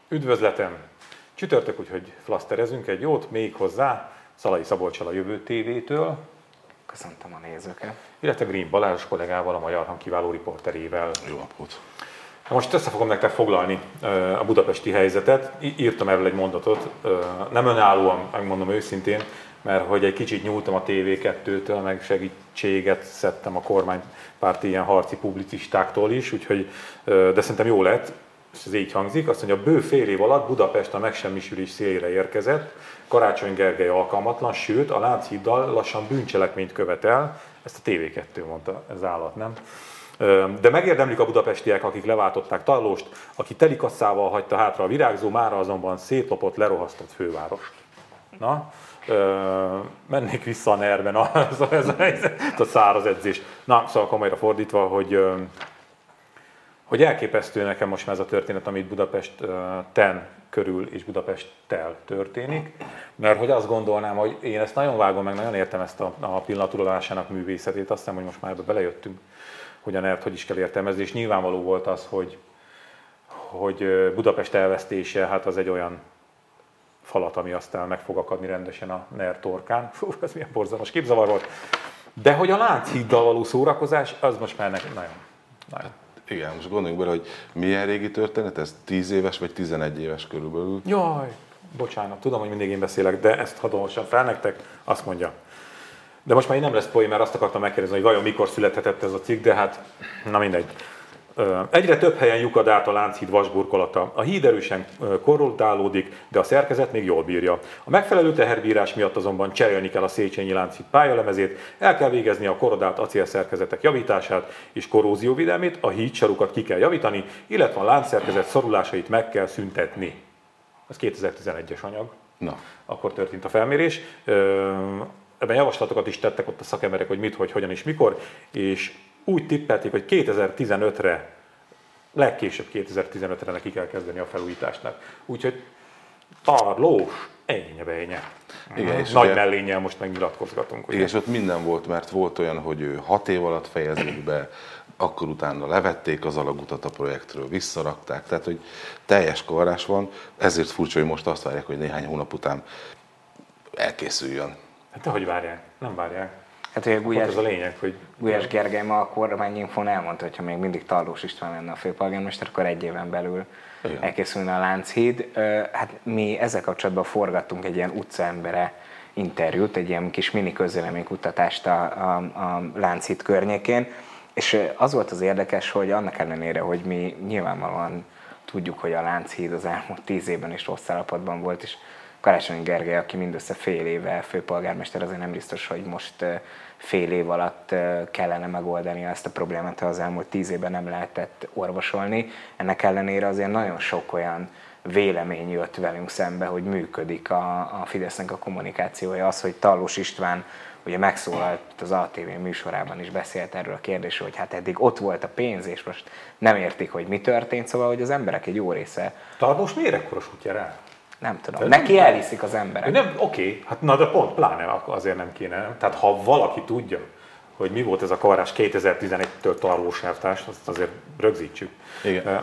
Üdvözletem! Csütörtök, úgyhogy flaszterezünk egy jót, még hozzá Szalai Szabolccsal a Jövő TV-től. Köszöntöm a nézőket. Illetve Green Balázs kollégával, a Magyar Hang kiváló riporterével. Jó napot! Most össze fogom nektek foglalni a budapesti helyzetet. Írtam erről egy mondatot, nem önállóan, megmondom őszintén, mert hogy egy kicsit nyúltam a TV2-től, meg segítséget szedtem a kormánypárti ilyen harci publicistáktól is, úgyhogy, de szerintem jó lett, és ez így hangzik. Azt mondja, bő fél év alatt Budapest a megsemmisülés szélére érkezett, Karácsony Gergely alkalmatlan, sőt a Lánchíddal lassan bűncselekményt követel, ezt a TV2 mondta, ez állat, nem? De megérdemlik a budapestiek, akik leváltották Tarlóst, aki telikasszával hagyta hátra a virágzó, mára azonban szétlopott, lerohasztott fővárost. Na, mennék vissza a NER-ben a száraz edzés. Na, szóval komolyra fordítva, hogy elképesztő nekem most már ez a történet, amit Budapesten körül és Budapesttel történik, mert hogy azt gondolnám, hogy én ezt nagyon vágom, meg nagyon értem ezt a pillanatulásának művészetét, azt hiszem, hogy most már ebbe belejöttünk, hogy a NER-t hogy is kell értelmezni, és nyilvánvaló volt az, hogy Budapest elvesztése, hát az egy olyan falat, ami aztán meg fog akadni rendesen a NER torkán. Fú, ez milyen borzalmas képzavar volt. De hogy a Lánchíddal való szórakozás, az most már nekem nagyon. Igen, most gondoljunk bele, hogy milyen régi történet, ez 10 éves vagy 11 éves körülbelül. Jaj, bocsánat, tudom, hogy mindig én beszélek, de ezt hatalmasan fel nektek, azt mondja. De most már így nem lesz poén, mert azt akartam megkérdezni, hogy vajon mikor születhetett ez a cikk, de hát, na mindegy. Egyre több helyen lyukad át a Lánchíd vasburkolata. A híd erősen korrodálódik, de a szerkezet még jól bírja. A megfelelő teherbírás miatt azonban cserélni kell a Széchenyi Lánchíd pályalemezét, el kell végezni a korodált acélszerkezetek javítását és korrózióvédelmét, a hídsarukat ki kell javítani, illetve a láncszerkezet szorulásait meg kell szüntetni. Ez 2011-es anyag. Na. Akkor történt a felmérés. Ebben javaslatokat is tettek ott a szakemberek, hogy mit, hogy, hogyan és mikor, és úgy tippelték, hogy 2015-re, legkésőbb 2015-re neki kell kezdeni a felújításnak. Úgyhogy Tarlós, ennyi-bejnye. Nagy mellénnyel most megnyilatkozgatunk. Igen, és ott minden volt, mert volt olyan, hogy ő 6 év alatt fejezik be, akkor utána levették az alagutat a projektről, visszarakták, tehát hogy teljes kavarás van, ezért furcsa, hogy most azt várják, hogy néhány hónap után elkészüljön. Hát de hogy várják? Nem várják. Hát ugye ez a lényeg, hogy Gulyás Gergely ma a kormányinfón elmondta, hogy ha még mindig Tarlós István lenne a főpolgármester, akkor egy éven belül elkészülne a Lánchíd. Hát mi ezzel kapcsolatban forgattunk egy ilyen utcaembere interjút, egy ilyen kis mini közvéleménykutatást a Lánchíd környékén, és az volt az érdekes, hogy annak ellenére, hogy mi nyilvánvalóan tudjuk, hogy a Lánchíd az elmúlt 10 évben is rossz állapotban volt, és Karácsony Gergely, aki mindössze fél éve főpolgármester, azért nem biztos, hogy most fél év alatt kellene megoldani ezt a problémát, ha az elmúlt 10 évben nem lehetett orvosolni. Ennek ellenére azért nagyon sok olyan vélemény jött velünk szembe, hogy működik a Fidesznek a kommunikációja. Az, hogy Tarlós István ugye megszólalt az ATV műsorában is, beszélt erről a kérdésről, hogy hát eddig ott volt a pénz, és most nem értik, hogy mi történt, szóval hogy az emberek egy jó része... Tarlós miért ekkora sütje rá? Nem tudom. Neki elhiszik az emberek. Nem, oké, hát na de pont, pláne azért nem kéne. Nem? Tehát ha valaki tudja, hogy mi volt ez a kavarás 2011-től Tarlós elvtárs, azt azért rögzítsük. Igen.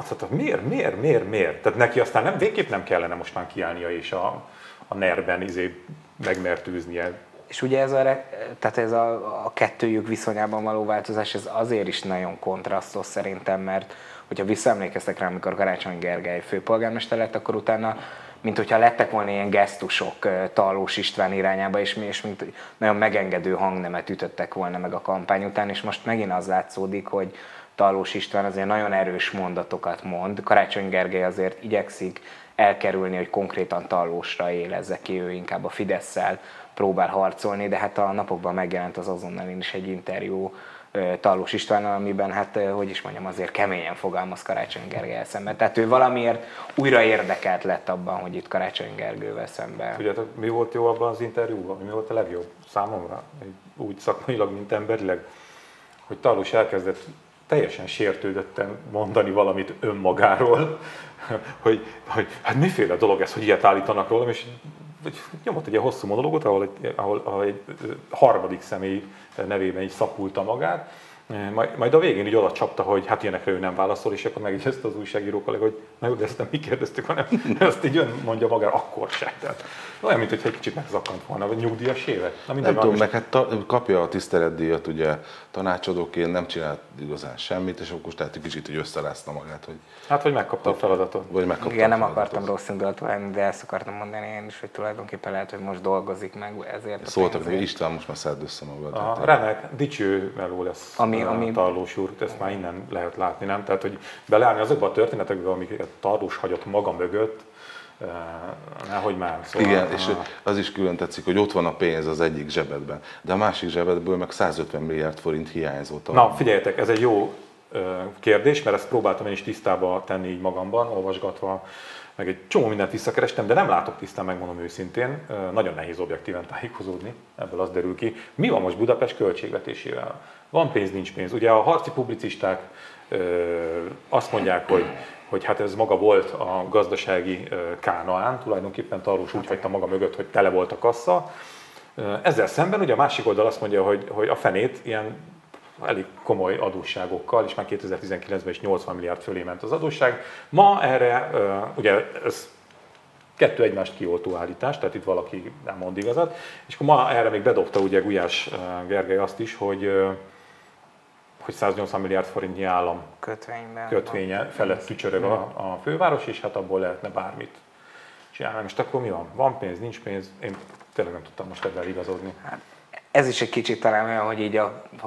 Miért? Tehát neki aztán végképp nem kellene most már kiállnia és a NER-ben megmertőznie. És ugye ez a kettőjük viszonyában való változás, ez azért is nagyon kontrasztos szerintem, mert hogyha visszaemlékeztek rá, amikor Karácsony Gergely főpolgármester lett, akkor utána, mint hogyha lettek volna ilyen gesztusok Tarlós István irányába, és mint nagyon megengedő hangnemet ütöttek volna meg a kampány után, és most megint az látszódik, hogy Tarlós István azért nagyon erős mondatokat mond, Karácsony Gergely azért igyekszik elkerülni, hogy konkrétan Tarlósra élezze ki, ő inkább a Fidesszel próbál harcolni, de hát a napokban megjelent az Azonnalin is egy interjú Tarlós Istvánnal, amiben, hát hogy is mondjam, azért keményen fogalmaz Karácsony Gergellyel szemben. Tehát ő valamiért újra érdekelt lett abban, hogy itt Karácsony Gergővel szemben. Tudjátok, mi volt jó abban az interjúban? Mi volt a legjobb számomra? Úgy szakmailag, mint emberileg, hogy Tarlós elkezdett teljesen sértődötten mondani valamit önmagáról, hogy hát miféle dolog ez, hogy ilyet állítanak rólam, és nyomott egy hosszú monológot, ahol egy harmadik személy nevében így szapulta magát, Majd a végén így oda csapta, hogy hát ilyenekre ő nem válaszol, és akkor megjegyezte az újságíró kollega, hogy na jó, de ezt nem mi kérdeztük, hanem ezt így ön mondja magára, akkor se. Tehát olyan, mint hogyha egy kicsit megzakkant volna, vagy nyugdíjas éve. Nem tudom, meg hát kapja a tiszteletdíjat, ugye tanácsadóként nem csinált igazán semmit, és akkor tehát egy kicsit így összerázta magát. Hogy hát, hogy megkapta a feladatot. Vagy megkapta igen, a nem feladatot. akartam rossz indulatú lenni, de ezt akartam mondani én is, hogy tulajdonképpen lehet, hogy most dolgozik meg ezért. Szóltak neki, István, most már szedd össze magad. Remek, dicső meló lesz ami Tarlós úr, ezt már innen lehet látni, nem? Tehát, hogy beleállni azokba a történetekbe, amiket Tarlós hagyott maga mögött, nehogy már. Szóval, igen, és az is külön tetszik, hogy ott van a pénz az egyik zsebedben, de a másik zsebedből meg 150 milliárd forint hiányzott. Na, figyeljetek, ez egy jó kérdés, mert ezt próbáltam én is tisztába tenni így magamban, olvasgatva, meg egy csomó mindent visszakerestem, de nem látok tisztán, megmondom őszintén, nagyon nehéz objektíven tájékozódni, ebből az derül ki. Mi van most Budapest költségvetésével? Van pénz, nincs pénz. Ugye a harci publicisták azt mondják, hogy hát ez maga volt a gazdasági kánaán, tulajdonképpen Tarlós úgy hagyta maga mögött, hogy tele volt a kassa. Ezzel szemben ugye a másik oldal azt mondja, hogy a fenét ilyen elég komoly adósságokkal, és már 2019-ben is 80 milliárd fölé ment az adósság. Ma erre, ugye ez kettő egymást kioltó állítás, tehát itt valaki nem mond igazat, és akkor ma erre még bedobta ugye Gulyás Gergely azt is, hogy 180 milliárd forintnyi állam kötvénye felett tücsörög a főváros, és hát abból lehetne bármit csinálni. Most akkor mi van? Van pénz, nincs pénz? Én tényleg nem tudtam most ebben igazodni. Hát, ez is egy kicsit talán olyan, hogy így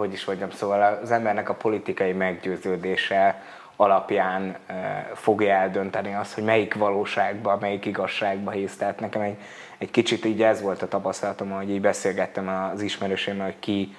szóval az embernek a politikai meggyőződése alapján fogja eldönteni azt, hogy melyik valóságba, melyik igazságba hisz. Tehát nekem egy kicsit így ez volt a tapasztalatom, hogy így beszélgettem az ismerősömmel, hogy ki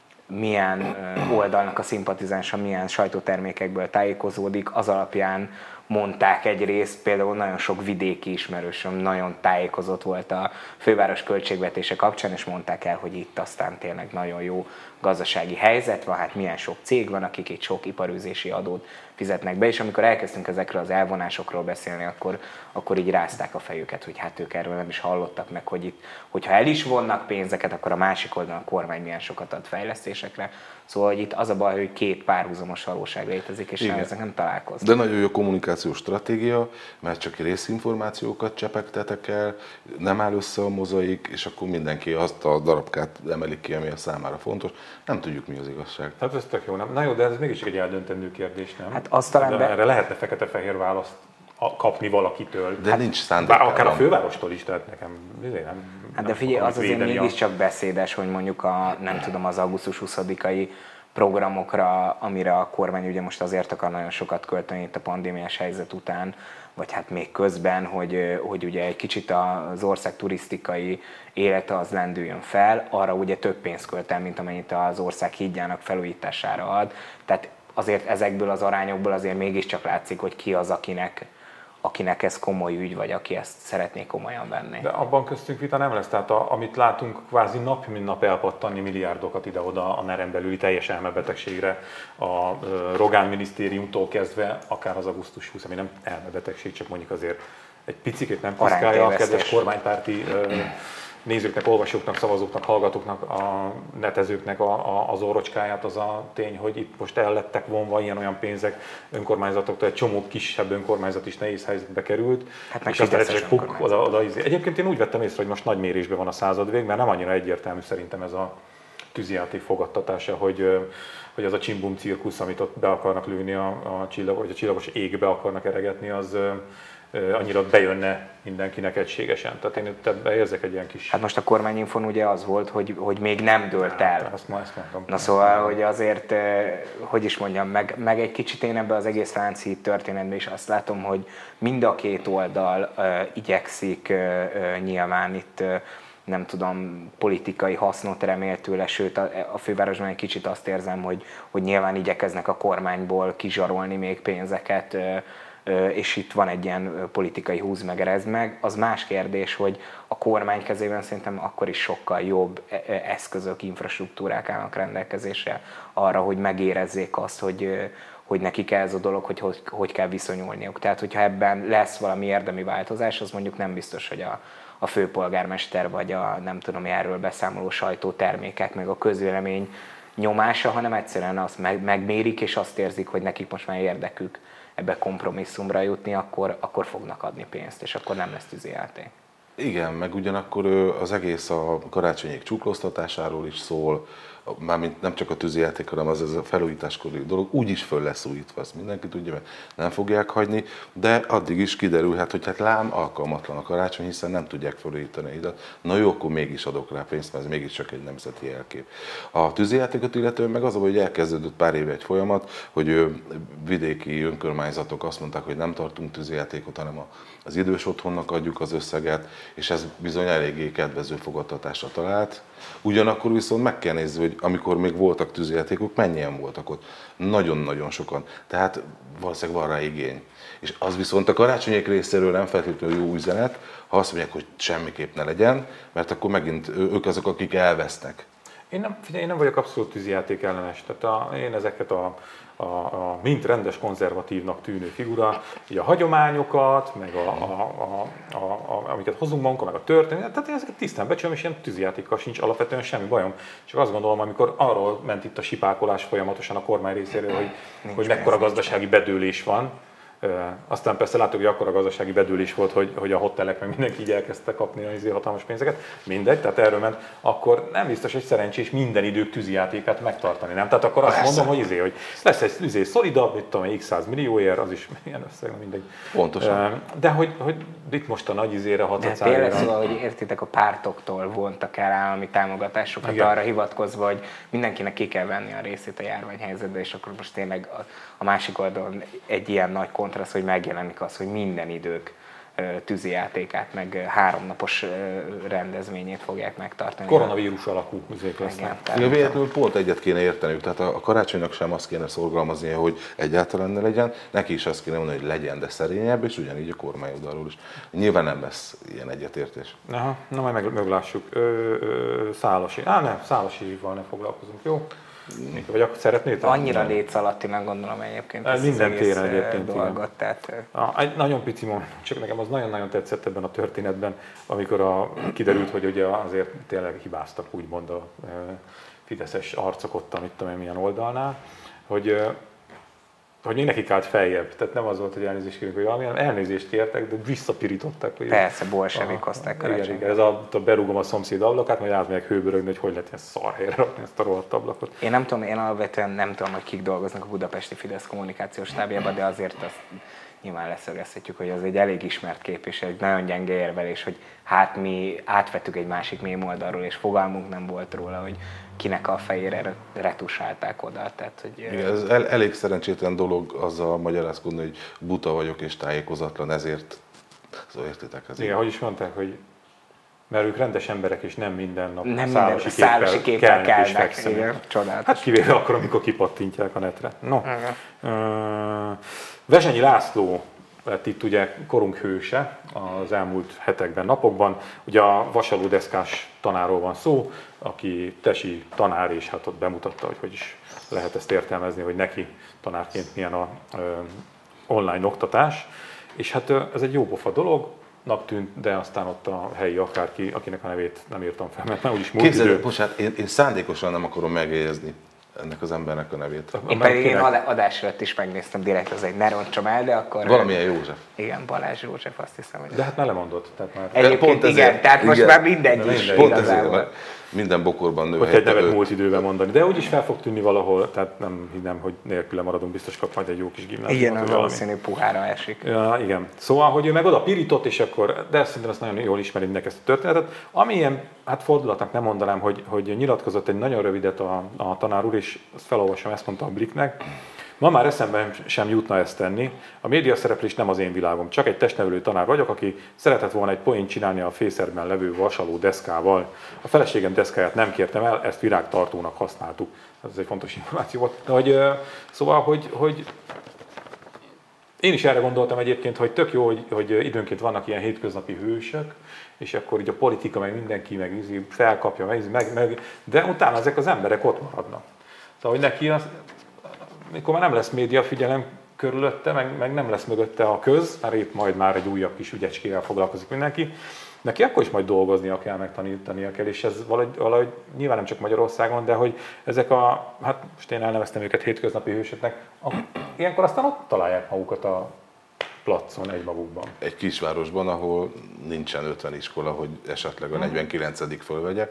milyen oldalnak a szimpatizánsa, milyen sajtótermékekből tájékozódik, az alapján mondták egyrészt, például nagyon sok vidéki ismerősöm nagyon tájékozott volt a főváros költségvetése kapcsán, és mondták el, hogy itt aztán tényleg nagyon jó gazdasági helyzet van, hát milyen sok cég van, akik itt sok iparűzési adót fizetnek be, és amikor elkezdtünk ezekről az elvonásokról beszélni, akkor így rázták a fejüket, hogy hát ők erről nem is hallottak meg, hogy itt, hogyha el is vonnak pénzeket, akkor a másik oldalon a kormány milyen sokat ad fejlesztésekre. Szóval hogy itt az a baj, hogy két párhuzamos valóság létezik, és ezek nem találkoznak. De nagyon jó kommunikációs stratégia, mert csak részinformációkat csepegtetek el, nem áll össze a mozaik, és akkor mindenki azt a darabkát emelik ki, ami a számára fontos. Nem tudjuk, mi az igazság. Hát ez tök jó, nem? Na jó, de ez mégis egy eldöntendő kérdés, nem? Hát azt talán erre lehetne fekete-fehér választ kapni valakitől. De nincs szándék. Akár a fővárostól is, tehát nekem nem. Hát de figyelj, az azért mégiscsak beszédes, hogy mondjuk az augusztus 20-ai programokra, amire a kormány ugye most azért akar nagyon sokat költeni itt a pandémiás helyzet után, vagy hát még közben, hogy ugye egy kicsit az ország turisztikai élete az lendüljön fel, arra ugye több pénzt költ el, mint amennyit az ország hídjának felújítására ad. Tehát azért ezekből az arányokból azért mégiscsak látszik, hogy ki az, akinek ez komoly ügy, vagy aki ezt szeretné komolyan venni. De abban köztünk vita nem lesz, tehát amit látunk kvázi nap mint nap elpattanni milliárdokat ide-oda a NER-en belüli teljes elmebetegségre, a Rogán minisztériumtól kezdve, akár az augusztus 20, ami nem elmebetegség, csak mondjuk azért egy picikét nem piszkálja a kedves kormánypárti nézőknek, olvasóknak, szavazóknak, hallgatóknak, a netezőknek az orrocskáját az a tény, hogy itt most el lettek vonva ilyen-olyan pénzek önkormányzatoktól, egy csomó kisebb önkormányzat is nehéz helyzetbe került. Hát és aztán csak oda. Egyébként én úgy vettem észre, hogy most nagy mérésben van a századvég, mert nem annyira egyértelmű szerintem ez a tűzijáték fogadtatása, hogy az a csimbum cirkusz, amit ott be akarnak lőni a csillagos égbe akarnak eregetni, az annyira bejönne mindenkinek egységesen. Tehát én ebben érzek egy ilyen kis... Hát most a kormányinfon ugye az volt, hogy még nem dőlt el. Ezt mondom. Na szóval, hogy azért, hogy is mondjam, meg egy kicsit én ebben az egész Lánchíd történetben is azt látom, hogy mind a két oldal igyekszik nyilván itt nem tudom, politikai hasznot remél tőle, sőt a fővárosban egy kicsit azt érzem, hogy nyilván igyekeznek a kormányból kizsarolni még pénzeket, és itt van egy ilyen politikai húz meg, erezd meg. Az más kérdés, hogy a kormány kezében szerintem akkor is sokkal jobb eszközök, infrastruktúrák állnak rendelkezésre arra, hogy megérezzék azt, hogy nekik ez a dolog, hogy kell viszonyulniuk. Tehát, hogyha ebben lesz valami érdemi változás, az mondjuk nem biztos, hogy a főpolgármester vagy a nem tudom, erről beszámoló sajtótermékek, meg a közvélemény nyomása, hanem egyszerűen azt megmérik, és azt érzik, hogy nekik most már érdekük ebbe kompromisszumra jutni, akkor fognak adni pénzt, és akkor nem lesz tűzijáték. Igen, meg ugyanakkor az egész a karácsonyék csuklóztatásáról is szól, mármint nem csak a tűzijáték, hanem az ez a felújításkori dolog úgyis föl lesz újítva, ezt mindenki tudja, mert nem fogják hagyni, de addig is kiderülhet, hogy hát lám alkalmatlan a karácsony, hiszen nem tudják felújítani ide. Na jó, akkor mégis adok rá pénzt, mert ez mégiscsak egy nemzeti jelkép. A tűzijátékot illetően meg az, hogy elkezdődött pár éve egy folyamat, hogy vidéki önkormányzatok azt mondták, hogy nem tartunk tűzijátékot, hanem az idős otthonnak adjuk az összeget, és ez bizony eléggé kedvező fogadtatásra talált. Ugyanakkor viszont meg kell nézni, hogy amikor még voltak tűzijátékok, mennyien voltak ott. Nagyon-nagyon sokan. Tehát valószínűleg van rá igény. És az viszont a karácsonyék részéről nem feltétlenül jó üzenet, ha azt mondják, hogy semmiképp ne legyen, mert akkor megint ők azok, akik elvesznek. Én nem vagyok abszolút tűzijáték ellenes. Tehát én ezeket a mint rendes konzervatívnak tűnő figura, így a hagyományokat, meg amiket hozunk magunkon, meg a történet, tehát én ezeket tisztán becsülöm, és ilyen tűzijátékkal sincs alapvetően semmi bajom. Csak azt gondolom, amikor arról ment itt a sipákolás folyamatosan a kormány részéről, hogy mekkora gazdasági bedőlés van, aztán persze látok, hogy akkora gazdasági bedőlés volt, hogy a hotelek meg mindenki így elkezdte kapni a hatalmas pénzeket, mindegy, tehát erről ment, akkor nem biztos, hogy szerencsés minden idők tűzijátékát megtartani, nem? Tehát akkor azt mondom, hogy lesz egy szolidabb, mit tudom, x 100 millióért, az is ilyen összeg, mindegy. Pontosan. De hogy itt most a nagy izére 600 tényleg szóval, hogy értitek, a pártoktól vontak el állami támogatásokat, igen, arra hivatkozva, hogy mindenkinek ki kell venni a részét a járványhelyzetbe, és akkor most tényleg a másik oldalon egy ilyen nagy kontraszt, hogy megjelenik az, hogy minden idők tűzijátékát, meg 3 napos rendezvényét fogják megtartani. Koronavírus alakú műzék lesznek. Igen, véletlenül pont egyet kéne érteniük, tehát a karácsonynak sem azt kéne szorgalmaznia, hogy egyáltalán ne legyen, neki is azt kéne mondani, hogy legyen, de szerényebb, és ugyanígy a kormány oldalról is. Nyilván nem lesz ilyen egyetértés. Aha, na majd meglássuk. Szálasi. Szálasival ne foglalkozunk, jó? Vagy akkor szeretnéd? Annyira léc alattinak gondolom egyébként ezt minden téren egyébként dolgot. Tehát... Egy nagyon pici moment, csak nekem az nagyon-nagyon tetszett ebben a történetben, amikor kiderült, hogy ugye azért tényleg hibáztak úgymond a fideszes arcok ott, amit tudom én milyen oldalnál, hogy még nekik állt feljebb. Tehát nem az volt, hogy elnézést kérünk, hogy valamilyen elnézést kértek, de visszapirították. Hogy persze, bolsevikozták karácsonyra. Igen, ez a berúgom a szomszéd ablakát, majd átmegyek hőbörögni, hogy lehet ilyen szarhelyre rakni ezt a rohadt ablakot. Én alapvetően nem tudom, hogy kik dolgoznak a budapesti Fidesz kommunikációs stábjában, de azért azt nyilván leszögezhetjük, hogy az egy elég ismert kép és egy nagyon gyenge érvelés, hogy hát mi átvettük egy másik mém oldalról, és fogalmunk nem volt róla, hogy kinek a fejére retusálták oda. Tehát, hogy... Igen, ez elég szerencsétlen dolog azzal magyarázkodni, hogy buta vagyok és tájékozatlan, ezért szóval értitek ez. Igen, hogy is mondták, hogy mert ők rendes emberek, és nem minden nap szálosi képpel kelnek. Igen, csodálatos. Hát kivéve akkor, amikor kipattintják a netre. No. Vezsenyi László lett itt ugye korunk hőse az elmúlt hetekben, napokban. Ugye a vasalódeszkás tanárról van szó, aki tesi tanár, és hát ott bemutatta, hogy is lehet ezt értelmezni, hogy neki tanárként milyen a online oktatás. És hát ez egy jópofa dolognak tűnt, de aztán ott a helyi akárki, akinek a nevét nem írtam fel, mert már úgyis múlt idő. Bocsánat, én szándékosan nem akarom megjegyezni ennek az embernek a nevét. Én pedig adás előtt is megnéztem direkt, az egy ne rontsam el, de akkor... Valamilyen József. Igen, Balázs József, azt hiszem, hogy... De hát már lemondott. Tehát már... Egyébként pont ezért, igen, tehát most már mindegy is pont ezért, minden bokorban nő. Hogy egy nevet múlt időben mondani. De úgyis fel fog tűnni valahol, tehát nem hinnem, hogy nélküle maradunk, biztos kap majd egy jó kis gimnáziumot. Igen, valószínű puhára esik. Ja, igen. Szóval, hogy ő meg oda pirított, és akkor, de szerintem azt nagyon jól ismeri mindenki ezt a történetet. Ami ilyen, hát fordulatnak nem mondanám, hogy nyilatkozott egy nagyon rövidet a tanár úr, és azt felolvasom, ezt mondta a Blicknek. Ma már eszembe sem jutna ezt tenni. A média szereplés nem az én világom. Csak egy testnevelő tanár vagyok, aki szeretett volna egy poént csinálni a fészerben levő vasaló deszkával. A feleségem deszkáját nem kértem el, ezt virágtartónak használtuk. Ez egy fontos információ volt. De, szóval, hogy én is erre gondoltam egyébként, hogy tök jó, hogy időnként vannak ilyen hétköznapi hősök, és akkor így a politika, meg mindenki meg felkapja, meg, de utána ezek az emberek ott maradnak. Szóval, hogy neki az, mikor már nem lesz média figyelem, körülötte, meg nem lesz mögötte a köz, mert épp majd már egy újabb kis ügyecskével foglalkozik mindenki. Neki akkor is majd dolgoznia kell, meg tanítania kell, és ez valahogy nyilván nem csak Magyarországon, de hogy ezek hát most én elneveztem őket hétköznapi hősöknek, ilyenkor aztán ott találják magukat a placon egymagukban. Egy kisvárosban, ahol nincsen 50 iskola, hogy esetleg a 49. fölvegye.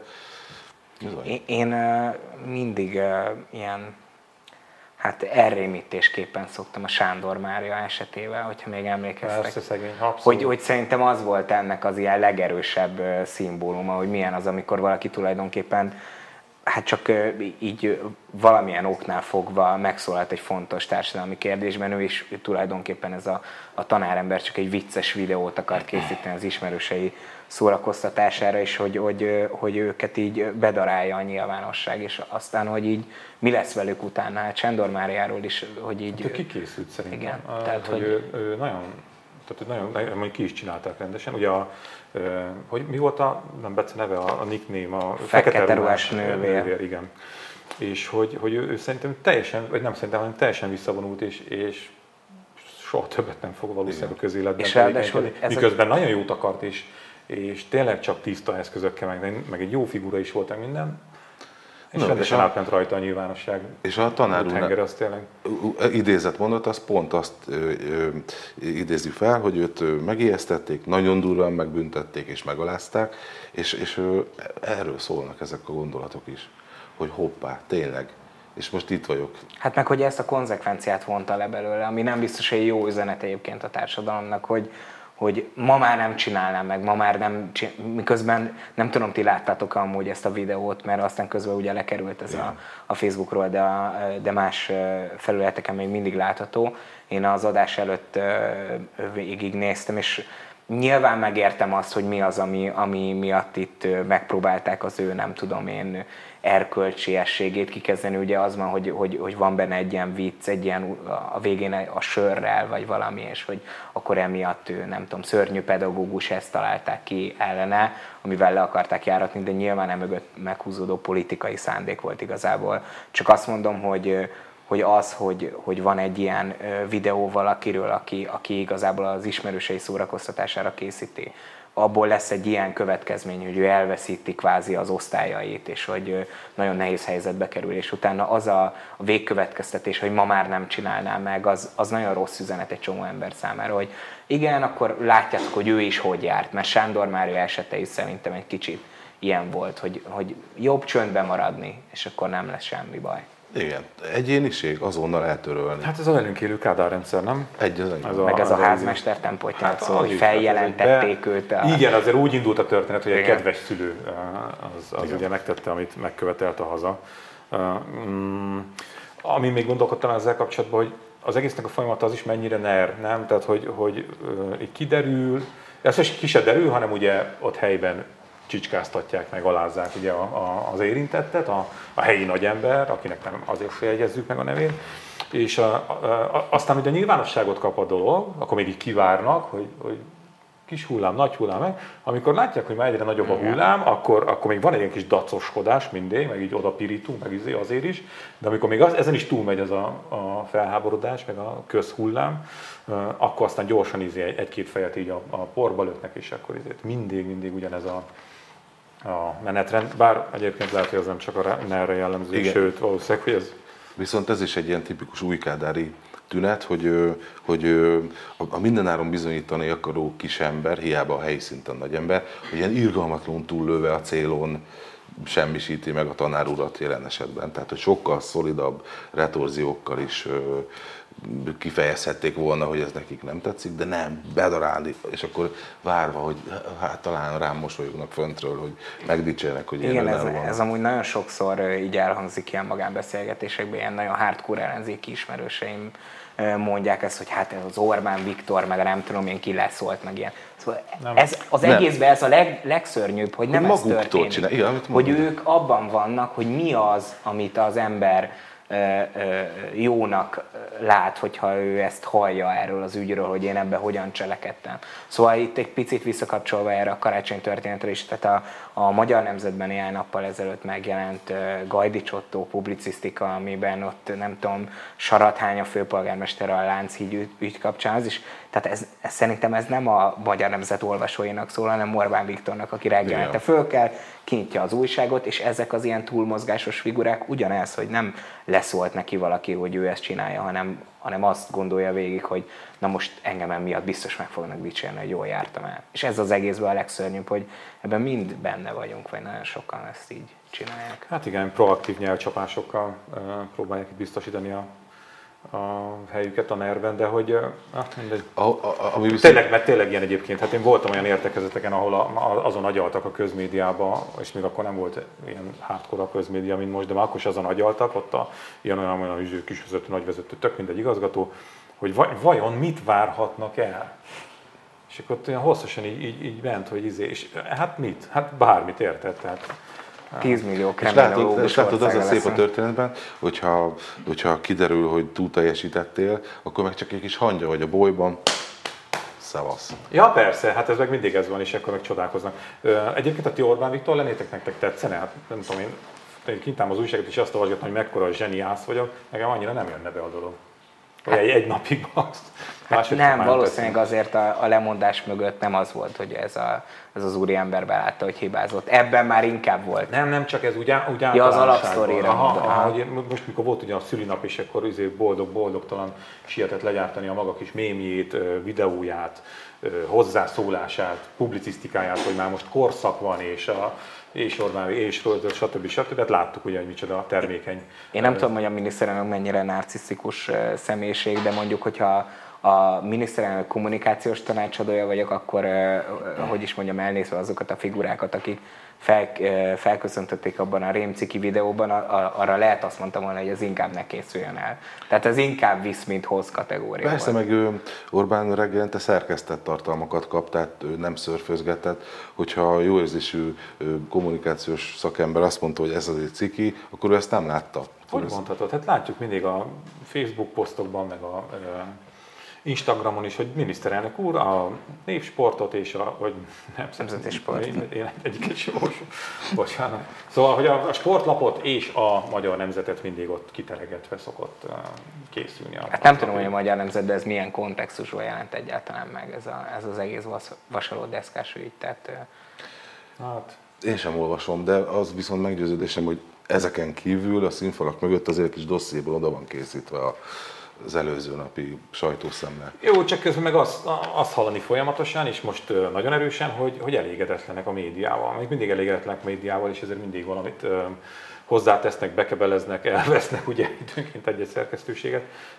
Én mindig ilyen hát elrémítésképpen szoktam a Sándor Mária esetével, hogyha még emlékeztek. Persze, szegény, abszolút. Hogy szerintem az volt ennek az ilyen legerősebb szimbóluma, hogy milyen az, amikor valaki tulajdonképpen hát csak így valamilyen oknál fogva megszólalt egy fontos társadalmi kérdésben, ő is tulajdonképpen ez a tanárember csak egy vicces videót akart készíteni az ismerősei szórakoztatására, és hogy őket így bedarálja a nyilvánosság, és aztán, hogy így mi lesz velük utána, hát Sándor Máriáról is, hogy így... Hát ő kikészült szerintem. Igen, tehát, hogy ő nagyon, mondjuk ki is csinálták rendesen. Ugye hogy mi volt nem Bece neve, a nickname, a Fekete ruhás nővér. Igen. És hogy ő szerintem teljesen, vagy nem szerintem, hanem teljesen visszavonult, és soha többet nem fog valószínűleg a közéletben tevékenykedni. Miközben nagyon jót akart, és tényleg csak tiszta eszközökkel, meg egy jó figura is volt, minden. És rendesen átment rajta a nyilvánosság. És a tanár úr az tényleg idézett mondat, az pont azt idézi fel, hogy őt megijesztették, nagyon durván megbüntették és megalázták, és erről szólnak ezek a gondolatok is, hogy hoppá, tényleg. És most itt vagyok. Hát meg, hogy ezt a konzekvenciát vonta le belőle, ami nem biztos, hogy jó üzenet egyébként a társadalomnak, hogy ma már nem csinálnám meg, ma már nem miközben nem tudom, ti láttátok amúgy ezt a videót, mert aztán közben ugye lekerült ez a Facebookról, de más felületeken még mindig látható. Én az adás előtt végignéztem, és nyilván megértem azt, hogy mi az, ami miatt itt megpróbálták az ő, nem tudom én, erkölcsiességét kikezdeni. Ugye az van, hogy van benne egy ilyen vicc, egy ilyen a végén a sörrel, vagy valami, és hogy akkor emiatt ő, nem tudom, szörnyű pedagógus, ezt találták ki ellene, amivel le akarták járatni, de nyilván nem mögött meghúzódó politikai szándék volt igazából. Csak azt mondom, hogy van egy ilyen videó valakiről, aki igazából az ismerősei szórakoztatására készíti, abból lesz egy ilyen következmény, hogy ő elveszíti kvázi az osztályait, és hogy nagyon nehéz helyzetbe kerül, és utána az a végkövetkeztetés, hogy ma már nem csinálná meg, az nagyon rossz üzenet egy csomó ember számára, hogy igen, akkor látjátok, hogy ő is hogy járt, mert Sándor Mária esete is szerintem egy kicsit ilyen volt, hogy jobb csöndben maradni, és akkor nem lesz semmi baj. Igen, egyéniség azonnal eltörölni. Hát ez a velünk élő Kádár rendszer, nem? Meg ez a házmester tempótjának szól, hogy feljelentették őt. Igen, azért úgy indult a történet, hogy egy kedves szülő az ugye megtette, amit megkövetelt a haza. Ami még gondolkodtam ezzel kapcsolatban, hogy az egésznek a folyamata az is mennyire nem? Tehát, hogy így kiderül, ez most ki se derül, hanem ugye ott helyben csicskáztatják, meg alázzák ugye az érintettet, a helyi nagyember, akinek nem azért se jegyezzük meg a nevét, és aztán ugye nyilvánosságot kap a dolog, akkor még így kivárnak, hogy kis hullám, nagy hullám meg. Amikor látják, hogy már egyre nagyobb a hullám, akkor még van egy ilyen kis dacoskodás mindig, meg így odapirítunk, meg azért is, de amikor még ezen is túlmegy ez a felháborodás, meg a közhullám, akkor aztán gyorsan egy-két fejet így a porba löknek, és akkor mindig ugyanez a menetrend, bár egyébként lehet, hogy ez nem csak a NER-re jellemző, sőt, valószínűleg, hogy ez... Viszont ez is egy ilyen tipikus újkádári tünet, hogy a mindenáron bizonyítani akaró kisember, hiába a helyi szinten nagy ember, hogy ilyen irgalmatlanul túllőve a célon semmisíti meg a tanár urat jelen esetben. Tehát, hogy sokkal szolidabb retorziókkal is kifejezhették volna, hogy ez nekik nem tetszik, de nem, bedarálni, és akkor várva, hogy hát talán rám mosolyognak föntről, hogy megdicsérnek, hogy igen, ez amúgy nagyon sokszor így elhangzik ilyen magánbeszélgetésekben, ilyen nagyon hardcore ellenzéki ismerőseim mondják ezt, hogy hát ez az Orbán Viktor, meg nem tudom én ki leszólt, meg ilyen. Szóval egészben ez a legszörnyűbb, hogy nem ez történik. Hogy ők abban vannak, hogy mi az, amit az ember jónak lát, hogyha ő ezt hallja erről az ügyről, hogy én ebben hogyan cselekedtem. Szóval itt egy picit visszakapcsolva erre a karácsony történetre is, tehát a Magyar Nemzetben néhány nappal ezelőtt megjelent Gajdics Ottó publicisztika, amiben ott nem tudom, Sarathány a főpolgármester a Lánchíd ügy kapcsán, az is, tehát szerintem ez nem a Magyar Nemzet olvasóinak szól, hanem Orbán Viktornak, aki reggelente föl kell, kinyitja az újságot, és ezek az ilyen túlmozgásos figurák ugyanez, hogy nem leszólt neki valaki, hogy ő ezt csinálja, hanem azt gondolja végig, hogy na most engem emiatt biztos meg fognak dicsérni, hogy jól jártam el. És ez az egészben a legszörnyűbb, hogy ebben mind benne vagyunk, vagy nagyon sokan ezt így csinálják. Hát igen, proaktív nyelvcsapásokkal próbálják biztosítani a helyüket a NER-ben, de hogy mindegy. Tényleg ilyen egyébként. Hát én voltam olyan értekezeteken, ahol azon agyaltak a közmédiába, és még akkor nem volt ilyen hardcore a közmédia, mint most, de már akkor is azon agyaltak, ott olyan kisvezető, nagyvezető, tök mindegy igazgató, hogy vajon mit várhatnak el? És akkor ott olyan hosszasan így ment, hogy és hát mit? Hát bármit, érted? Tehát, 10 millió és látod, az a szép a történetben, hogyha kiderül, hogy túl teljesítettél, akkor meg csak egy kis hangya vagy a bolyban, szavasz. Ja persze, hát ez meg mindig ez van, és akkor meg csodálkoznak. Egyébként a ti Orbán Viktor lennétek, nektek tetszene? Hát nem tudom, én kintám az újságot, és azt olvasgatom, hogy mekkora zseniász vagyok, nekem annyira nem jönne be a dolog. Vagy egy napig azt. Hát nem, valószínűleg azért a lemondás mögött nem az volt, hogy ez az úriember belátta, hogy hibázott. Ebben már inkább volt. Nem csak ez úgy ja, az alapsztorira. Most mikor volt ugye a szülinap, és akkor boldogtalan sietett legyártani a maga kis mémjét, videóját, hozzászólását, publicisztikáját, hogy már most korszak van, és Orbán, és stb. Hát láttuk ugye, hogy micsoda termékeny. Én nem tudom, hogy a miniszterelnök mennyire narcisztikus személyiség, de mondjuk, hogyha a miniszterelnök kommunikációs tanácsadója vagyok, akkor, hogy is mondjam, elnézve azokat a figurákat, akik felköszöntötték abban a rémciki videóban, arra lehet azt mondtam volna, hogy ez inkább ne készüljön el. Tehát ez inkább visz, mint hoz kategóriában. Persze, meg Orbán reggelente szerkesztett tartalmakat kap, tehát ő nem szörfözgetett. Hogyha jó érzésű kommunikációs szakember azt mondta, hogy ez az egy ciki, akkor ő ezt nem látta. Hogy mondhatod? Hát látjuk mindig a Facebook posztokban, meg a Instagramon is, hogy miniszterelnök úr a népsportot és vagy nemzeti sport. Én egyiket sem olvasom. Bocsánat. Szóval, hogy a sportlapot és a Magyar Nemzetet mindig ott kiteregetve szokott készülni. Hát nem tudom, hogy a Magyar Nemzetben ez milyen kontextusban jelent egyáltalán meg ez az egész vasalódeszkás ügy. Tehát, hát. Én sem olvasom, de az viszont meggyőződésem, hogy ezeken kívül a színfalak mögött azért kis dossziéból oda van készítve az előző napi sajtószemmel. Jó, csak közben meg azt hallani folyamatosan, és most nagyon erősen, hogy elégedetlenek a médiával. Még mindig elégedetlenek a médiával, és ezért mindig valamit hozzátesznek, bekebeleznek, elvesznek ugye időnként egy szerkesztőséget.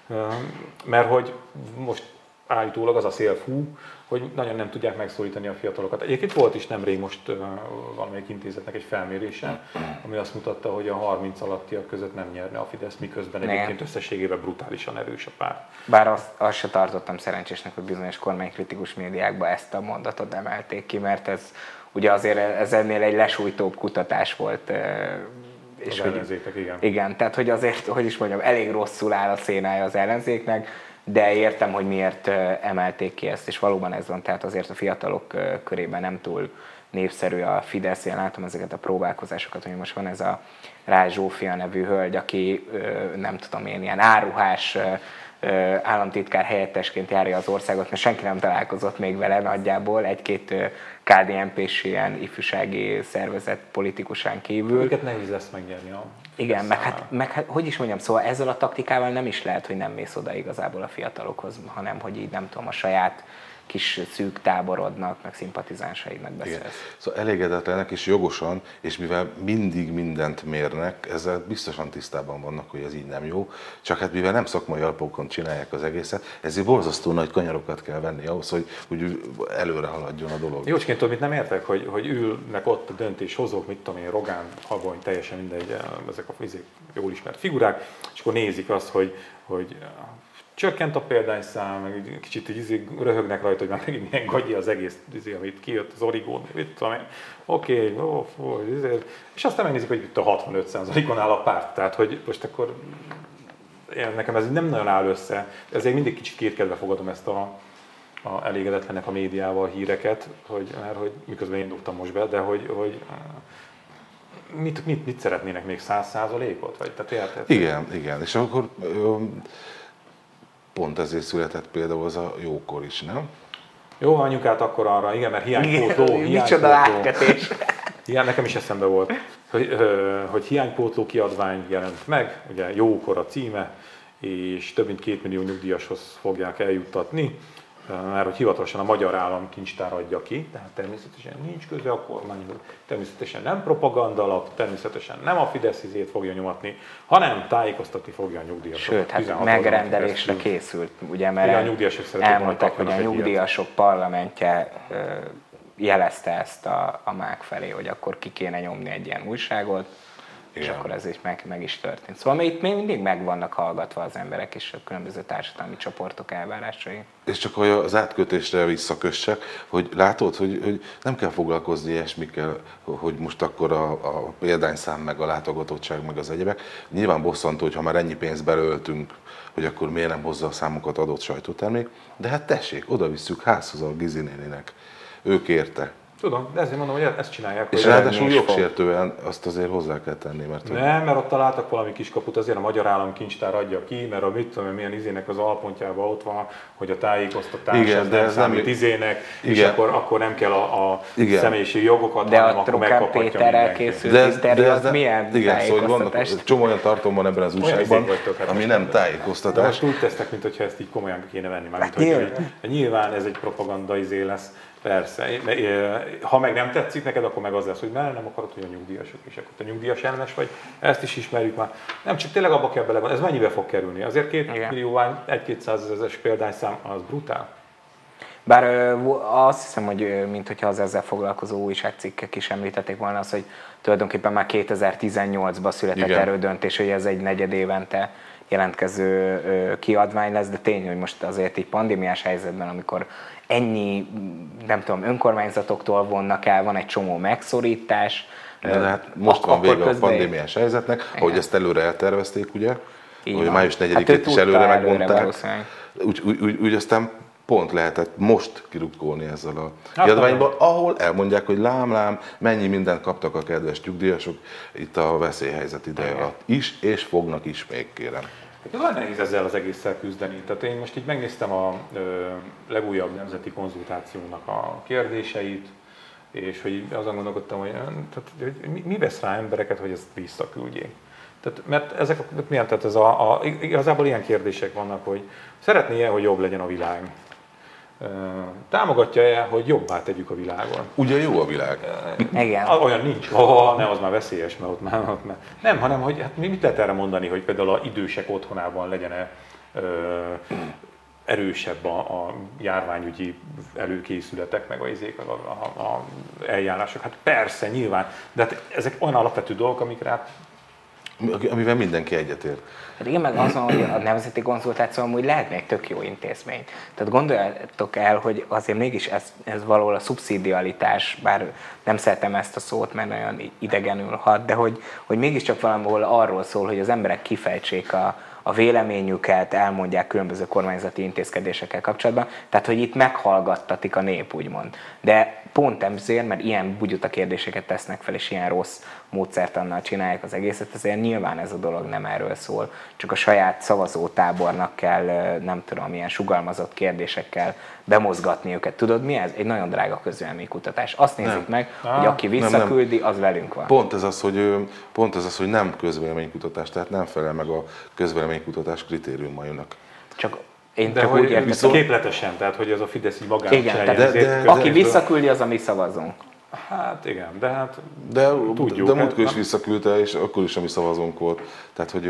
Mert hogy most állítólag az a szél fú, hogy nagyon nem tudják megszólítani a fiatalokat. Egyébként volt is nemrég most valamelyik intézetnek egy felmérése, ami azt mutatta, hogy a 30 alattiak között nem nyerne a Fidesz, miközben egyébként összességében brutálisan erős a párt. Bár azt se tartottam szerencsésnek, hogy bizonyos kormánykritikus médiákban ezt a mondatot emelték ki, mert ez ugye azért ez ennél egy lesújtóbb kutatás volt. És az ellenzékek, igen. Igen, tehát hogy azért, hogy is mondjam, elég rosszul áll a szénája az ellenzéknek, de értem, hogy miért emelték ki ezt, és valóban ez van, tehát azért a fiatalok körében nem túl népszerű a Fidesz. Én látom ezeket a próbálkozásokat, hogy most van ez a Rácz Zsófia nevű hölgy, aki nem tudom én, ilyen áruhás államtitkár helyettesként járja az országot, mert senki nem találkozott még vele nagyjából, egy-két KDNP-s ilyen ifjúsági szervezet politikusán kívül. Őket nehéz lesz megnyerni a... Igen, meg hát, hogy is mondjam, szóval ezzel a taktikával nem is lehet, hogy nem mész oda igazából a fiatalokhoz, hanem hogy így nem tudom, a saját kis szűk táborodnak, meg szimpatizánsaidnak beszélsz. Igen. Szóval elégedetlenek és jogosan, és mivel mindig mindent mérnek, ezzel biztosan tisztában vannak, hogy ez így nem jó, csak hát mivel nem szakmai alapokon csinálják az egészet, ezért borzasztó nagy kanyarokat kell venni ahhoz, hogy előre haladjon a dolog. Jócsként tudom, mit nem értek, hogy ülnek ott a döntéshozók, mit tudom én, Rogán, Habony, teljesen mindegy, ezek a jól ismert figurák, és akkor nézik azt, hogy csökkent a példányszám, meg egy kicsit így röhögnek rajta, hogy már megint milyen gagyi az egész, amit kijött az Origón, mit tudom én. Oké, és aztán megnézik, hogy itt a 65%-on áll a párt. Tehát, hogy most akkor nekem ez nem nagyon áll össze, ezért mindig kicsit kétkedve fogadom ezt a elégedetlenek a médiával a híreket, mert hogy miközben én dugtam most be, de hogy mit szeretnének még 100%-ot? Vagy, tehát igen, és akkor pont ezért született például az a jókor is, nem? Jó, anyukát akkor arra, igen, mert hiánypótló. Micsoda átkötés. Igen, nekem is eszembe volt, hogy hiánypótló kiadvány jelent meg, ugye jókor a címe, és több mint 2 millió nyugdíjashoz fogják eljuttatni, mert hogy hivatalosan a magyar állam kincstár adja ki, tehát természetesen nincs köze a kormányhoz, természetesen nem propagandalap, természetesen nem a Fidesz izét fogja nyomatni, hanem tájékoztatni fogja a nyugdíjasokat. Sőt, hát megrendelésre készült, ugye, mert elmondták, hogy a nyugdíjasok parlamentje jelezte ezt a MÁK felé, hogy akkor ki kéne nyomni egy ilyen újságot, és akkor ez így meg is történt. Szóval itt még mindig meg vannak hallgatva az emberek és a különböző társadalmi csoportok elvárásai. És csak hogy az átkötésre visszakössek, hogy látod, hogy nem kell foglalkozni ilyesmikkel, hogy most akkor a példányszám, meg a látogatottság, meg az egyebek. Nyilván bosszantó, hogy ha már ennyi pénzt belöltünk, hogy akkor miért nem hozza a számokat adott sajtótermék, de hát tessék, oda visszük házhoz a Gizi néninek. Ő kérte. Tudom, de ezért mondom, hogy ezt csinálják. És ráadásul jogsértően azt azért hozzá kell tenni. Mert ott találtak valami kiskaput, azért a magyar állam kincstár adja ki, mert a mit tudom, milyen izének az alpontjában ott van, hogy a tájékoztatás igen, nem számít izének, és akkor nem kell a személyiségi jogokat, de hanem akkor megkaphatja mindenki. De a Péterrel készült interjú, az milyen igen, tájékoztatás? Szóval csomó olyan tartom van ebben az újságban, ami nem tájékoztatás. De úgy tesznek, mintha ezt így komolyan kéne venni. Nyilván ez egy propaganda izé lesz. Persze, ha meg nem tetszik neked, akkor meg az lesz, hogy nem akarod, hogy a nyugdíjasok, és akkor te nyugdíjas ellenes vagy, ezt is ismerjük már. Nem, csak tényleg abba kell belegondolni, ez mennyibe fog kerülni? Azért 2 millió, 1-200 ezeres példányszám, az brutál. Bár azt hiszem, hogy mintha az ezzel foglalkozó újságcikkek is említették volna az, hogy tulajdonképpen már 2018-ban született erődöntés, hogy ez egy negyed évente jelentkező kiadvány lesz, de tény, hogy most azért így pandémiás helyzetben, amikor ennyi, nem tudom, önkormányzatoktól vonnak el, van egy csomó megszorítás. De hát most van vége a pandémiás helyzetnek, ahogy ezt előre eltervezték, ugye? Hogy május 4-ét is előre megmondták. Úgy aztán pont lehetett most kirukkolni ezzel a kiadványban, ahol elmondják, hogy lám, mennyi mindent kaptak a kedves nyugdíjasok itt a veszélyhelyzet ideje alatt is, és fognak is még, kérem. Nagyon nehéz ezzel az egésszel küzdeni. Tehát én most így megnéztem a legújabb nemzeti konzultációnak a kérdéseit, és hogy azon gondolkodtam, hogy mi vesz rá embereket, hogy ezt visszaküldjék. Tehát, mert ezek milyen, tehát ez igazából ilyen kérdések vannak, hogy szeretné-e, hogy jobb legyen a világ? Támogatja-e, hogy jobbá tegyük a világon? Ugye jó a világ? Igen. Olyan nincs. Nem, az már veszélyes, mert ott már nem, hanem hogy hát mit lehet erre mondani, hogy például az idősek otthonában legyen-e erősebb a járványügyi előkészületek, meg a eljárások. Hát persze, nyilván, de hát ezek olyan alapvető dolgok, amikre amivel mindenki egyetért. Hát igen, meg azon, hogy a nemzeti konzultáció amúgy lehetne egy tök jó intézmény. Tehát gondoljátok el, hogy azért mégis ez valahol a szubszidialitás, bár nem szeretem ezt a szót, mert nagyon idegenül hat, de hogy mégiscsak valahol arról szól, hogy az emberek kifejtsék a véleményüket, elmondják különböző kormányzati intézkedésekkel kapcsolatban, tehát hogy itt meghallgattatik a nép, úgymond. De pont ezért, mert ilyen bugyuta kérdéseket tesznek fel, és ilyen rossz módszertannal csinálják az egészet, ezért nyilván ez a dolog nem erről szól, csak a saját szavazótábornak kell, nem tudom, ilyen sugalmazott kérdésekkel bemozgatni őket. Tudod mi ez? Egy nagyon drága közvéleménykutatás. Azt nézik meg, hogy aki visszaküldi, az velünk van. Pont ez az, hogy nem közvéleménykutatás, tehát nem felel meg a közvéleménykutatás kritériumainak. Én csak úgy értem. Képletesen, tehát hogy az a Fidesz így magának csinálja. De aki visszaküldi, az a mi szavazunk. Hát igen, de hát de tudjuk. De múltkor is visszaküldte, és akkor is a mi szavazónk volt. Tehát, hogy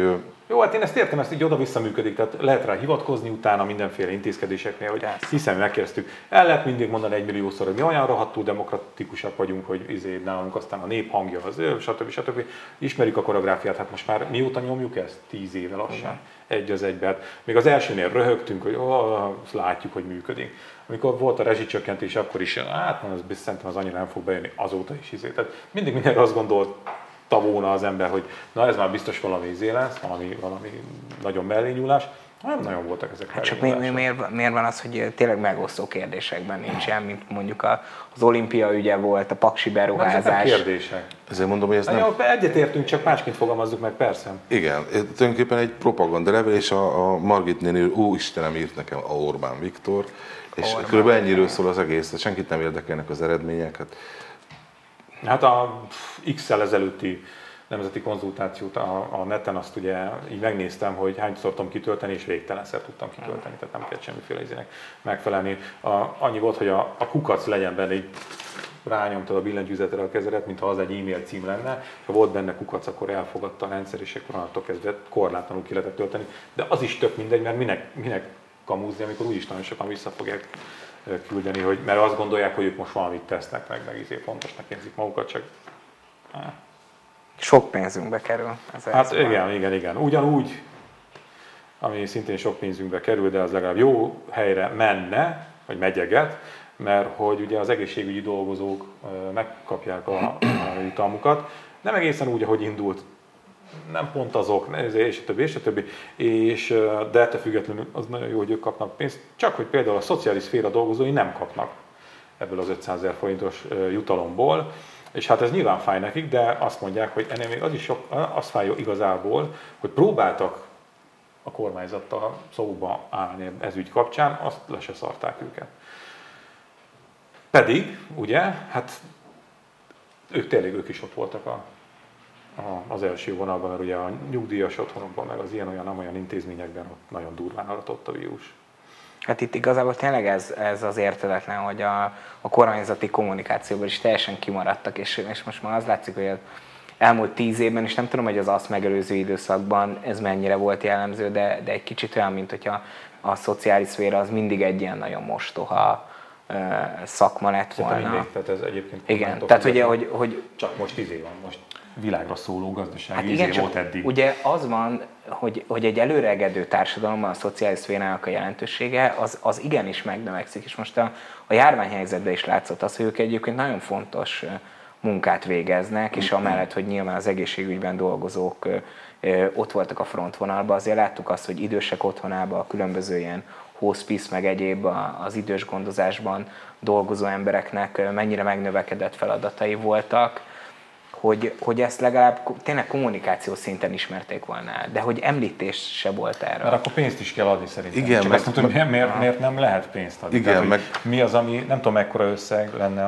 Jó, hát én ezt értem, ezt így oda-vissza működik, tehát lehet rá hivatkozni utána mindenféle intézkedéseknél, hogy hiszen megkérdeztük, el lehet mindig mondani 1 milliószor, hogy mi olyan rohadtul demokratikusak vagyunk, hogy nálunk aztán a nép hangja az, stb. Ismerjük a koreográfiát, hát most már mióta nyomjuk ezt? 10 éve lassan, egy az egybe. Hát még az elsőnél röhögtünk, hogy látjuk, hogy működik. Amikor volt a rezsicsökkentés, akkor is, hát szerintem az annyira nem fog bejönni, azóta is Tehát mindig mindenre azt gondolta volna az ember, hogy na ez már biztos valami lesz, valami nagyon mellényúlás. Nem nagyon voltak ezek. Hát csak miért van az, hogy tényleg megosztó kérdésekben nincsen, mint mondjuk az olimpia ügye volt, a paksi beruházás. Ezek nem kérdések. Ezért mondom, hogy ez nem... Jó, egyetértünk, csak másként fogalmazzuk meg, persze. Igen, tulajdonképpen egy propaganda levél, és a Margit néni, Istenem, írt nekem a Orbán Viktor, és kb. Ennyiről szól az egész, senkit nem érdekelnek az eredmények. Hát a X-szel ezelőtti nemzeti konzultációt a neten azt ugye így megnéztem, hogy hányszor tudom kitölteni, és végtelenszer tudtam kitölteni, tehát nem kellett semmiféle izének megfelelni. Annyi volt, hogy a kukac legyen benne, így rányomtad a billentyűzetre a kezedet, mintha az egy e-mail cím lenne. Ha volt benne kukac, akkor elfogadta a rendszer, és akkor onnantól kezdve korlátlanul ki lehetett tölteni. De az is tök mindegy, mert minek kamúzni, amikor úgyis nagyon sokan vissza fogják küldeni, mert azt gondolják, hogy ők most valamit tesznek meg fontosnak érzik magukat, csak... Sok pénzünkbe kerül. Hát igen. Ugyanúgy, ami szintén sok pénzünkbe kerül, de az legalább jó helyre menne, vagy megyeget, mert hogy ugye az egészségügyi dolgozók megkapják a jutalmukat. Nem egészen úgy, ahogy indult, nem pont azok, és a többi, de ettől függetlenül az nagyon jó, hogy ők kapnak pénzt, csak hogy például a szociális szféra dolgozói nem kapnak ebből az 500 000 forintos jutalomból, és hát ez nyilván fáj nekik, de azt mondják, hogy ennél még az fáj igazából, hogy próbáltak a kormányzattal szóba állni ez ügy kapcsán, azt le se szarták őket. Pedig, ugye, hát ők is ott voltak az első vonalban, mert ugye a nyugdíjas otthonokban, meg az ilyen-olyan intézményekben ott nagyon durván aratott a vírus. Hát itt igazából tényleg ez az érthetetlen, hogy a kormányzati kommunikációban is teljesen kimaradtak, és most már az látszik, hogy az elmúlt 10 évben, és nem tudom, hogy az azt megelőző időszakban ez mennyire volt jellemző, de egy kicsit olyan, mint hogyha a szociális szféra az mindig egy ilyen nagyon mostoha szakma lett volna. Mindig, tehát ez egyébként... Igen, tehát hogy... Csak most 10 év van, most világra szóló gazdasági igen, volt eddig. Ugye az van, hogy egy előregedő társadalomban a szociális szférának a jelentősége az igenis megnövekszik, és most a járványhelyzetben is látszott az, hogy ők egyébként nagyon fontos munkát végeznek, és amellett, hogy nyilván az egészségügyben dolgozók ott voltak a frontvonalban, azért láttuk azt, hogy idősek otthonában, a különböző ilyen hospice, meg egyéb az idős gondozásban dolgozó embereknek mennyire megnövekedett feladatai voltak, hogy ezt legalább tényleg kommunikáció szinten ismerték volna el, de hogy említés se volt erre. Mert akkor pénzt is kell adni szerintem. Igen, csak azt mondom, hogy miért nem lehet pénzt adni? Igen, tehát, mi az, ami nem tudom mekkora összeg lenne az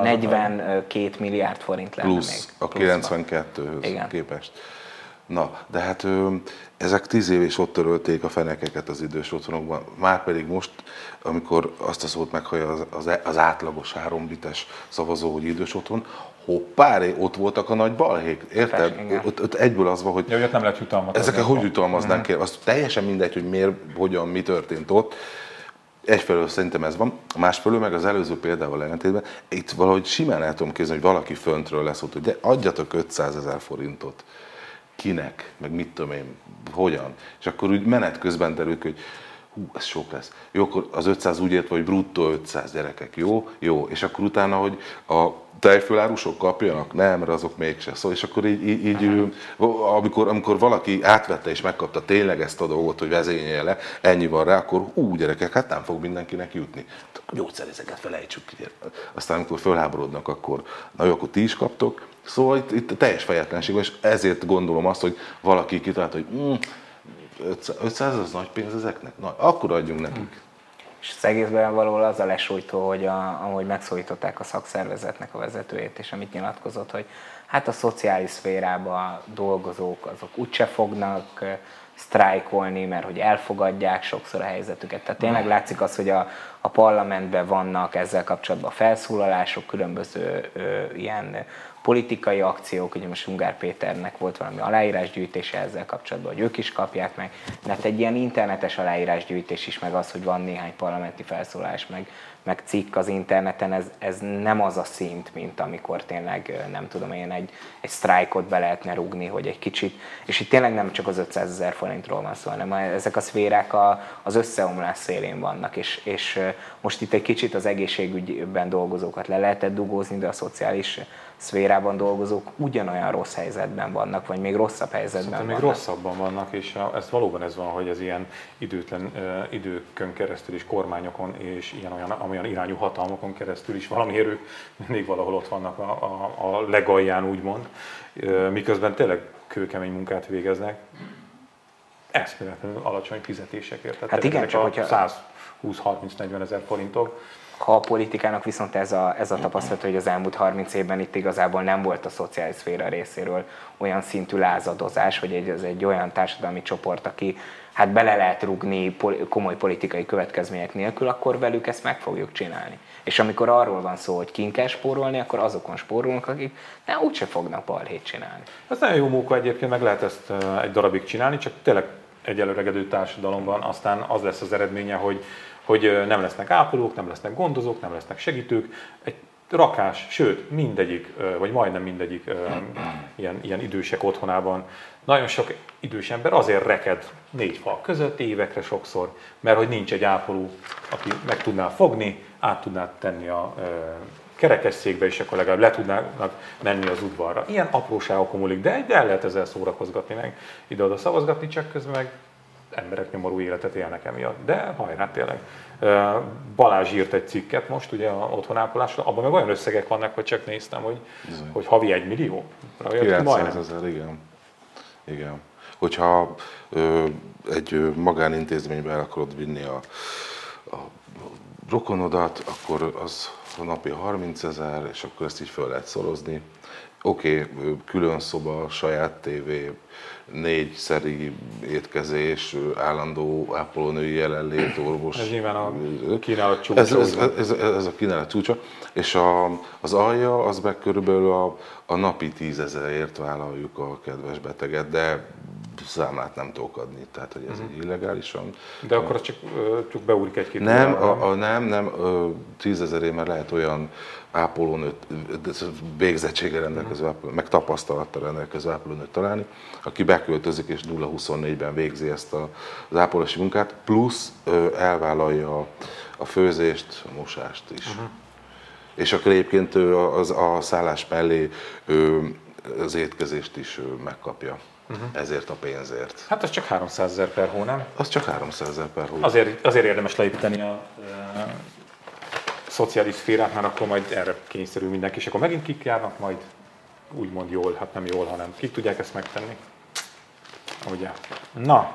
42 milliárd forint lenne plusz még. A 92-höz képest. Na, de hát ezek 10 év is ott törölték a fenekeket az idős otthonokban, márpedig most, amikor azt a szót meghallja az átlagos 3 lites szavazó, hogy idős otthon, hoppáré, ott voltak a nagy balhék, érted? Ott egyből az van, hogy ja, nem lehet jutalmat. Ezeket hogy jutalmaznánk ki? Az teljesen mindegy, hogy miért, hogyan, mi történt ott. Egyfelől szerintem ez van, másfelől meg az előző példával ellentétben, itt valahogy simán el tudom képzelni, hogy valaki föntről leszólt, hogy de adjatok 500 000 forintot. Kinek, meg mit tudom én, hogyan. És akkor úgy menet közben derül, hogy ez sok lesz. Jó, akkor az 500 úgy értve, hogy bruttó 500 gyerekek, jó? Jó. És akkor utána, hogy a tejfölárusok kapjanak? Nem, mert azok mégse. Szóval, és akkor így amikor valaki átvette és megkapta tényleg ezt a dolgot, hogy vezényelje le, ennyi van rá, akkor gyerekek, hát nem fog mindenkinek jutni. A gyógyszerészeket felejtsük ki. Aztán amikor fölháborodnak, akkor na jó, akkor ti is kaptok. Szóval itt teljes fejetlenség van, és ezért gondolom azt, hogy valaki kitalált, hogy 500 az nagy pénz ezeknek? Na, akkor adjunk nekik. És az egészben valahol az a lesújtó, hogy ahogy megszólították a szakszervezetnek a vezetőjét, és amit nyilatkozott, hogy hát a szociális szférában dolgozók azok úgyse fognak sztrájkolni, mert hogy elfogadják sokszor a helyzetüket. Tehát tényleg látszik az, hogy a parlamentben vannak ezzel kapcsolatban felszólalások, különböző ilyen politikai akciók, ugye most Ungár Péternek volt valami aláírásgyűjtése ezzel kapcsolatban, hogy ők is kapják meg, de hát egy ilyen internetes aláírásgyűjtés is, meg az, hogy van néhány parlamenti felszólás, meg cikk az interneten, ez nem az a szint, mint amikor tényleg, nem tudom én, egy sztrájkot be lehetne rúgni, hogy egy kicsit, és itt tényleg nem csak az 500 000 forintról van szó, hanem ezek a szférák az összeomlás szélén vannak, és most itt egy kicsit az egészségügyben dolgozókat le lehetett dugózni, de a szociális szférában dolgozók ugyanolyan rossz helyzetben vannak, vagy még rosszabb helyzetben vannak. Még rosszabban vannak, és valóban ez van, hogy ez ilyen időtlen időkön keresztül is, kormányokon és olyan irányú hatalmakon keresztül is valami erők mindig valahol ott vannak a legalján, úgymond, miközben tényleg kőkemény munkát végeznek, eszméletlenül alacsony fizetésekért. Tehát hát igen, csak hogyha 120-30-40 ezer forintok. Ha a politikának viszont ez a tapasztalat, hogy az elmúlt 30 évben itt igazából nem volt a szociális szféra részéről olyan szintű lázadozás, hogy ez egy olyan társadalmi csoport, aki hát bele lehet rúgni komoly politikai következmények nélkül, akkor velük ezt meg fogjuk csinálni. És amikor arról van szó, hogy kin kell spórolni, akkor azokon spórolunk, akik úgyse fognak balhét csinálni. Ez nagyon jó munka egyébként, meg lehet ezt egy darabig csinálni, csak tényleg egy előregedő társadalomban aztán az lesz az eredménye, hogy nem lesznek ápolók, nem lesznek gondozók, nem lesznek segítők. Egy rakás, sőt mindegyik, vagy majdnem mindegyik ilyen idősek otthonában nagyon sok idős ember azért reked 4 fal között évekre sokszor, mert hogy nincs egy ápoló, aki meg tudná fogni, át tudná tenni a kerekesszékbe, és akkor legalább le tudnának menni az udvarra. Ilyen apróságokon múlik, de el lehet ezzel szórakozgatni, meg ide-oda szavazgatni, csak közben meg emberek nyomorú életet élnek emiatt. De hajrá, tényleg. Balázs írt egy cikket most ugye a otthonápolásra, abban meg olyan összegek vannak, hogy csak néztem, hogy havi 1 millió. 900 000, igen. Hogyha egy magánintézménybe el akarod vinni a rokonodat, akkor az a napi 30 000, és akkor ezt így föl lehet szorozni. Oké, külön szoba, saját tévé, 4 szeri étkezés, állandó ápolónői jelenlét, orvos. Ez nyilván a kínálat csúcsa. Ez a kínálat csúcsa. És az alja, az meg körülbelül a napi 10 000-ért vállaljuk a kedves beteget, de számlát nem tudok adni, tehát hogy ez egy illegálisan. De akkor az csak beúrik egy-két Nem, 10 000-ért már lehet olyan ápolónőt, végzettséggel rendelkező, meg tapasztalattal rendelkező ápolónőt találni, aki beköltözik és 0-24-ben végzi ezt az ápolási munkát, plusz elvállalja a főzést, a mosást is. És akkor egyébként a szállás mellé az étkezést is megkapja. Ezért a pénzért. Hát az csak 300 000 per hó, nem? Az csak 300 000 per hó. Azért érdemes leépíteni a szociális szférát, mert akkor majd erre kényszerül mindenki, és akkor megint kik járnak majd úgymond jól, hát nem jól, hanem kik tudják ezt megtenni. Ugye? Na,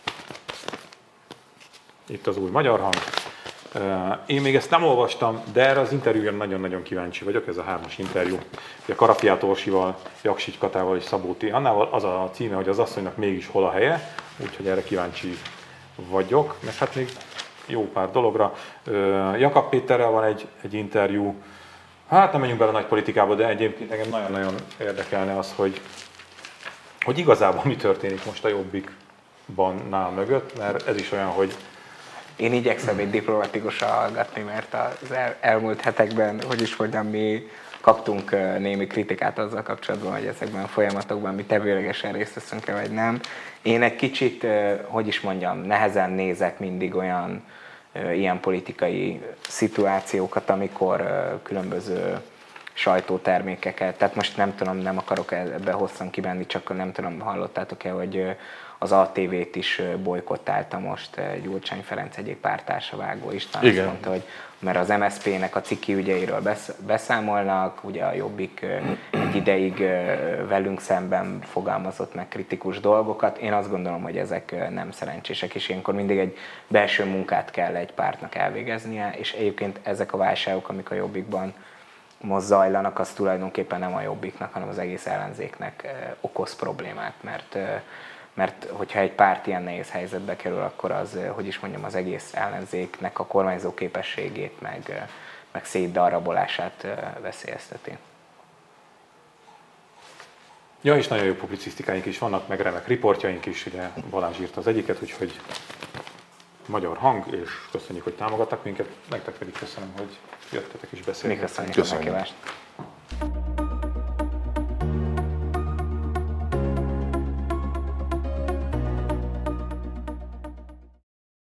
itt az új magyar hang. Én még ezt nem olvastam, de erre az interjúra nagyon-nagyon kíváncsi vagyok, ez a 3-as interjú. A Karapiát Orsival, Jaksics Katával és Szabó T. Annával az a címe, hogy az asszonynak mégis hol a helye, úgyhogy erre kíváncsi vagyok, mert hát még jó pár dologra. Jakab Péterrel van egy interjú, hát nem menjünk bele a nagy politikába, de egyébként engem nagyon-nagyon érdekelne az, hogy igazából mi történik most a Jobbikban nál mögött, mert ez is olyan, hogy én igyekszem egy diplomatikusan hallgatni, mert az elmúlt hetekben, hogy is mondjam, mi kaptunk némi kritikát azzal kapcsolatban, hogy ezekben a folyamatokban mi tevőlegesen részt veszünk-e, vagy nem. Én egy kicsit, hogy is mondjam, nehezen nézek mindig olyan ilyen politikai szituációkat, amikor különböző sajtótermékeket, tehát most nem tudom, nem akarok ebbe hosszan kimenni, csak nem tudom, hallottátok-e, hogy az ATV-t is bolykottálta most Gyurcsány Ferenc egyik pártársa, Vágó István. Azt mondta, hogy mert az MSZP-nek a ciki ügyeiről beszámolnak, ugye a Jobbik egy ideig velünk szemben fogalmazott meg kritikus dolgokat. Én azt gondolom, hogy ezek nem szerencsések, és ilyenkor mindig egy belső munkát kell egy pártnak elvégeznie, és egyébként ezek a válságok, amik a Jobbikban most zajlanak, az tulajdonképpen nem a Jobbiknak, hanem az egész ellenzéknek okoz problémát, mert hogyha egy párt ilyen nehéz helyzetbe kerül, akkor az, hogy is mondjam, az egész ellenzéknek a kormányzó képességét, meg szétdarabolását veszélyezteti. Ja, és nagyon jó publicisztikáink is vannak, meg remek riportjaink is, ugye Balázs írta az egyiket, úgyhogy Magyar Hang, és köszönjük, hogy támogattak minket, nektek pedig köszönöm, hogy jöttetek és beszélgetek. Mi köszönjük a meghívást.